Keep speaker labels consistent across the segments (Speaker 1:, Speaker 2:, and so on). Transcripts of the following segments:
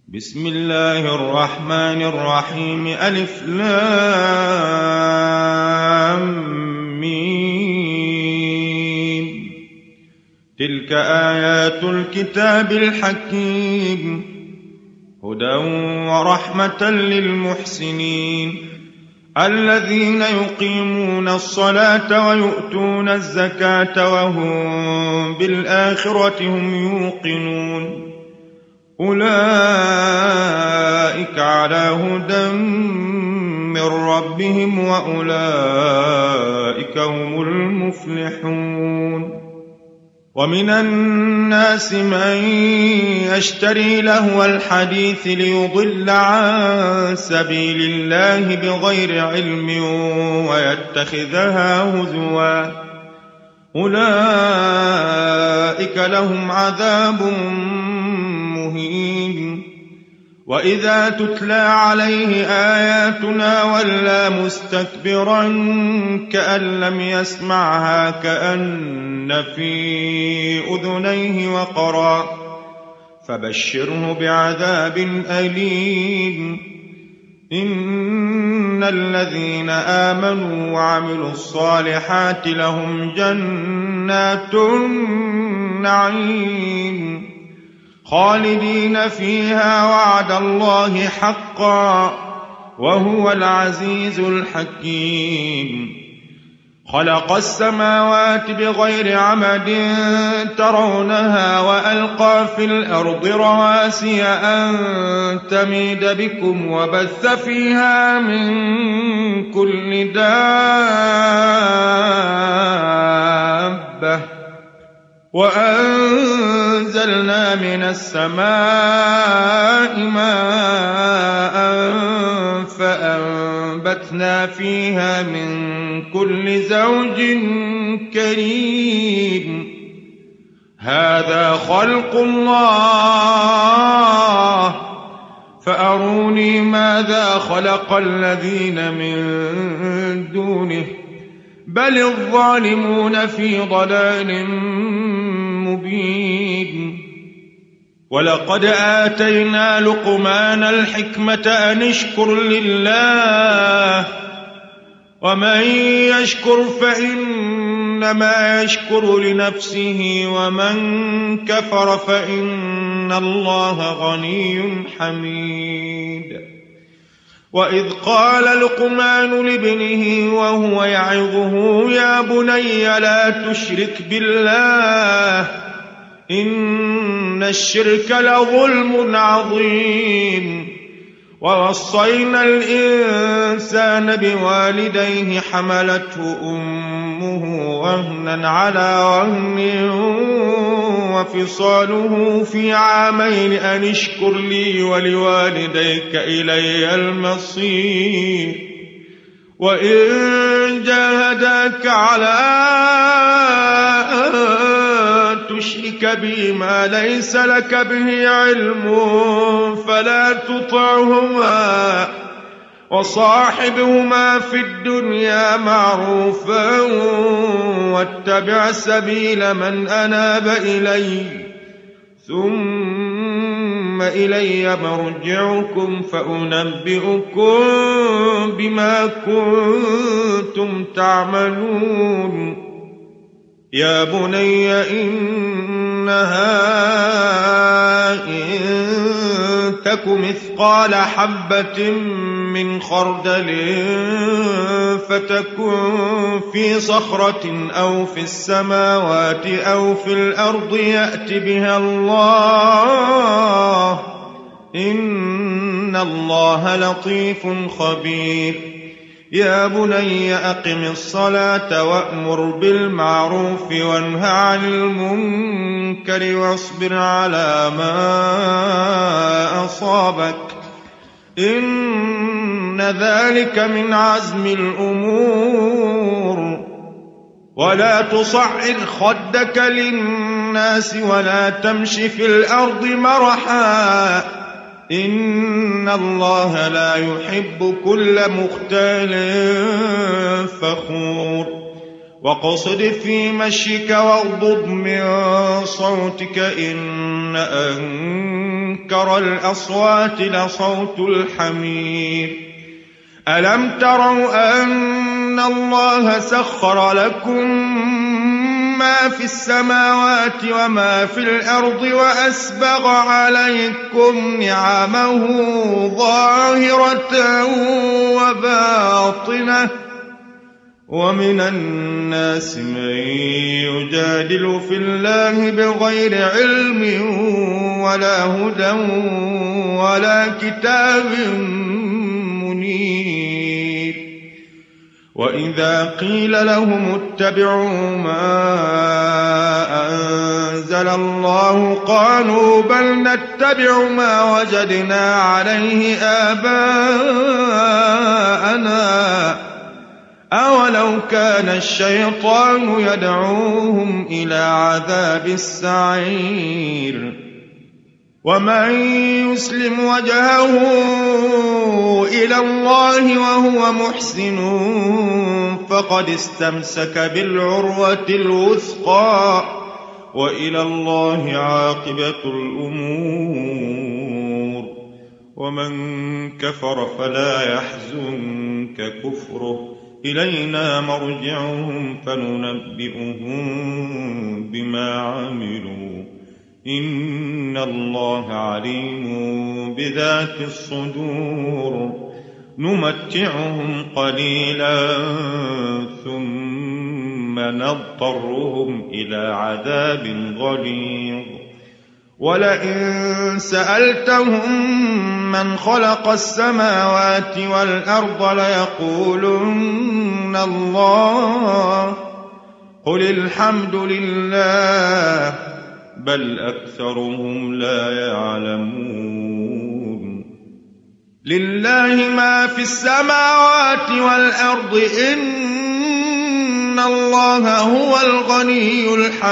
Speaker 1: بسم الله الرحمن الرحيم ألف لام ميم. تلك آيات الكتاب الحكيم هدى ورحمة للمحسنين الذين يقيمون الصلاة ويؤتون الزكاة وهم بالآخرة هم يوقنون أولئك على هدى من ربهم وأولئك هم المفلحون. ومن الناس من يشتري لهو الحديث ليضل عن سبيل الله بغير علم ويتخذها هزوا أولئك لهم عذاب مهين. وإذا تتلى عليه آياتنا ولى مستكبرا كأن لم يسمعها كأن في أذنيه وقرا فبشره بعذاب أليم. إن الذين آمنوا وعملوا الصالحات لهم جنات النعيم خالدين فيها وعد الله حقا وهو العزيز الحكيم. خلق السماوات بغير عمد ترونها وألقى في الأرض رواسي أن تميد بكم وبث فيها من كل دابة وأنزلنا من السماء ماء فأنبتنا فيها من كل زوج كريم. هذا خلق الله فأروني ماذا خلق الذين من دونه بل الظالمون في ضلال مبين. ولقد آتينا لقمان الحكمة أن اشكر لله ومن يشكر فإنما يشكر لنفسه ومن كفر فإن الله غني حميد. وإذ قال لقمان لابنه وهو يعظه يا بني لا تشرك بالله إن الشرك لظلم عظيم. ووصينا الإنسان بوالديه حملته أمه وهنا على وهن وفصاله في عامين أن اشكر لي ولوالديك إلي المصير. وإن جاهداك على أن تشرك بي ما ليس لك به علم فلا تطعهما وصاحبهما في الدنيا معروفا واتبع سبيل من أناب إلي ثم إلي مرجعكم فأنبئكم بما كنتم تعملون. يا بني إنها إن تك مثقال حبة من خردل فتكن في صخرة أو في السماوات أو في الأرض يأت بها الله إن الله لطيف خبير. يا بني أقم الصلاة وأمر بالمعروف وانه عن المنكر واصبر على ما أصابك إن ذلك من عزم الأمور. ولا تصعر خدك للناس ولا تمش في الأرض مرحا إن الله لا يحب كل مختال فخور. واقصد في مشيك واغضض من صوتك إن أنكر الأصوات لصوت الحمير ألم تروا أن الله سخر لكم ما في السماوات وما في الأرض وأسبغ عليكم نعمه ظاهرة وباطنة ومن الناس من يجادل في الله بغير علم ولا هدى ولا كتاب منير وإذا قيل لهم اتبعوا ما أنزل الله قالوا بل نتبع ما وجدنا عليه آباءنا أولو كان الشيطان يدعوهم إلى عذاب السعير ومن يسلم وجهه إلى الله وهو محسن فقد استمسك بالعروة الوثقى وإلى الله عاقبة الأمور ومن كفر فلا يحزنك كفره إلينا مرجعهم فننبئهم بما عملوا إن الله عليم بذات الصدور نمتعهم قليلا ثم نضطرهم إلى عذاب غليظ ولئن سألتهم من خلق السماوات والأرض ليقولن الله قل الحمد لله بل أكثرهم لا يعلمون لله ما في السماوات والأرض إن الله هو الغني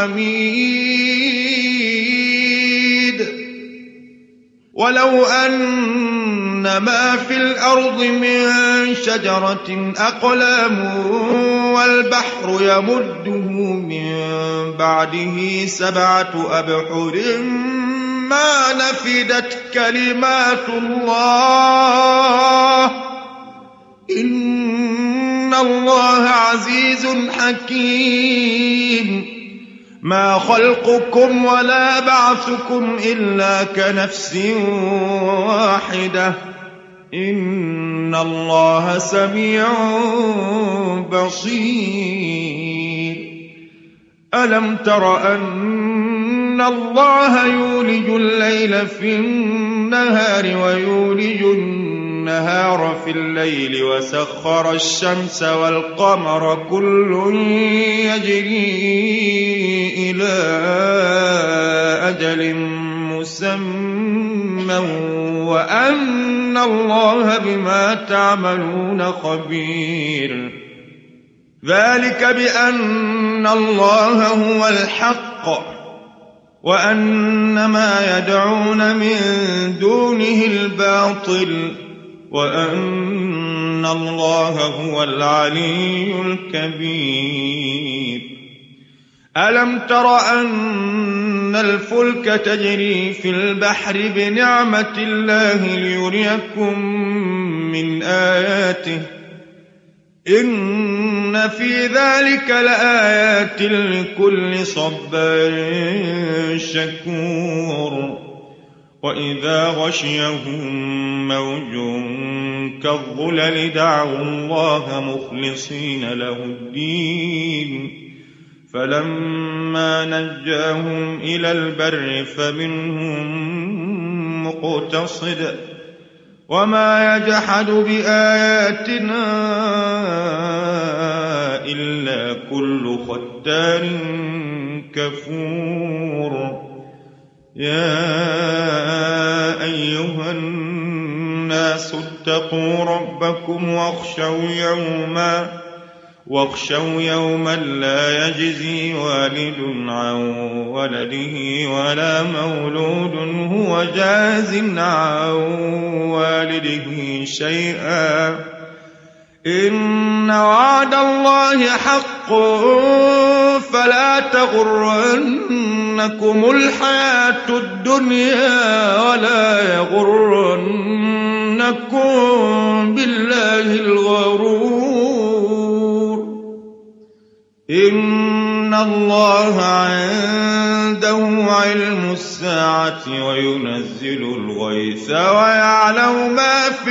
Speaker 1: الحميد ولو أن ما في الأرض من شجرة أقلام والبحر يمده من بعده 7 أبحر ما نفدت كلمات الله إن الله عزيز حكيم ما خلقكم ولا بعثكم إلا كنفس واحدة إن الله سميع بصير ألم تر أن الله يولج الليل في النهار ويولج النهار في الليل وسخر الشمس والقمر كل يجري إلى أجل مسمى وأن الله بما تعملون خبير ذلك بأن الله هو الحق وأن ما يدعون من دونه الباطل وأن الله هو العلي الكبير ألم تر أن الفلك تجري في البحر بنعمة الله ليريكم من آياته إن في ذلك لآيات لكل صبار شكور وإذا غشيهم موج كالظلل دعوا الله مخلصين له الدين فلما نجاهم إلى البر فمنهم مقتصد وما يجحد بآياتنا إلا كل ختار كفور يا أيها الناس اتقوا ربكم واخشوا يوما لا يجزي والد عن ولده ولا مولود هو جاز عن والده شيئا إن وعد الله حق فلا تغرنكم الحياة الدنيا ولا يغرنكم بالله الغرور إن الله عنده علم الساعة وينزل الغيث ويعلم ما في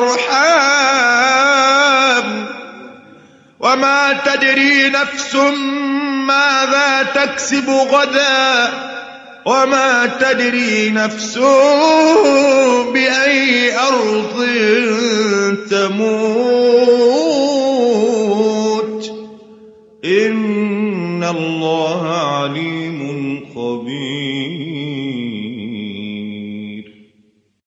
Speaker 1: الأرحام وما تدري نفس ماذا تكسب غدا وما تدري نفس بأي أرض تموت إن الله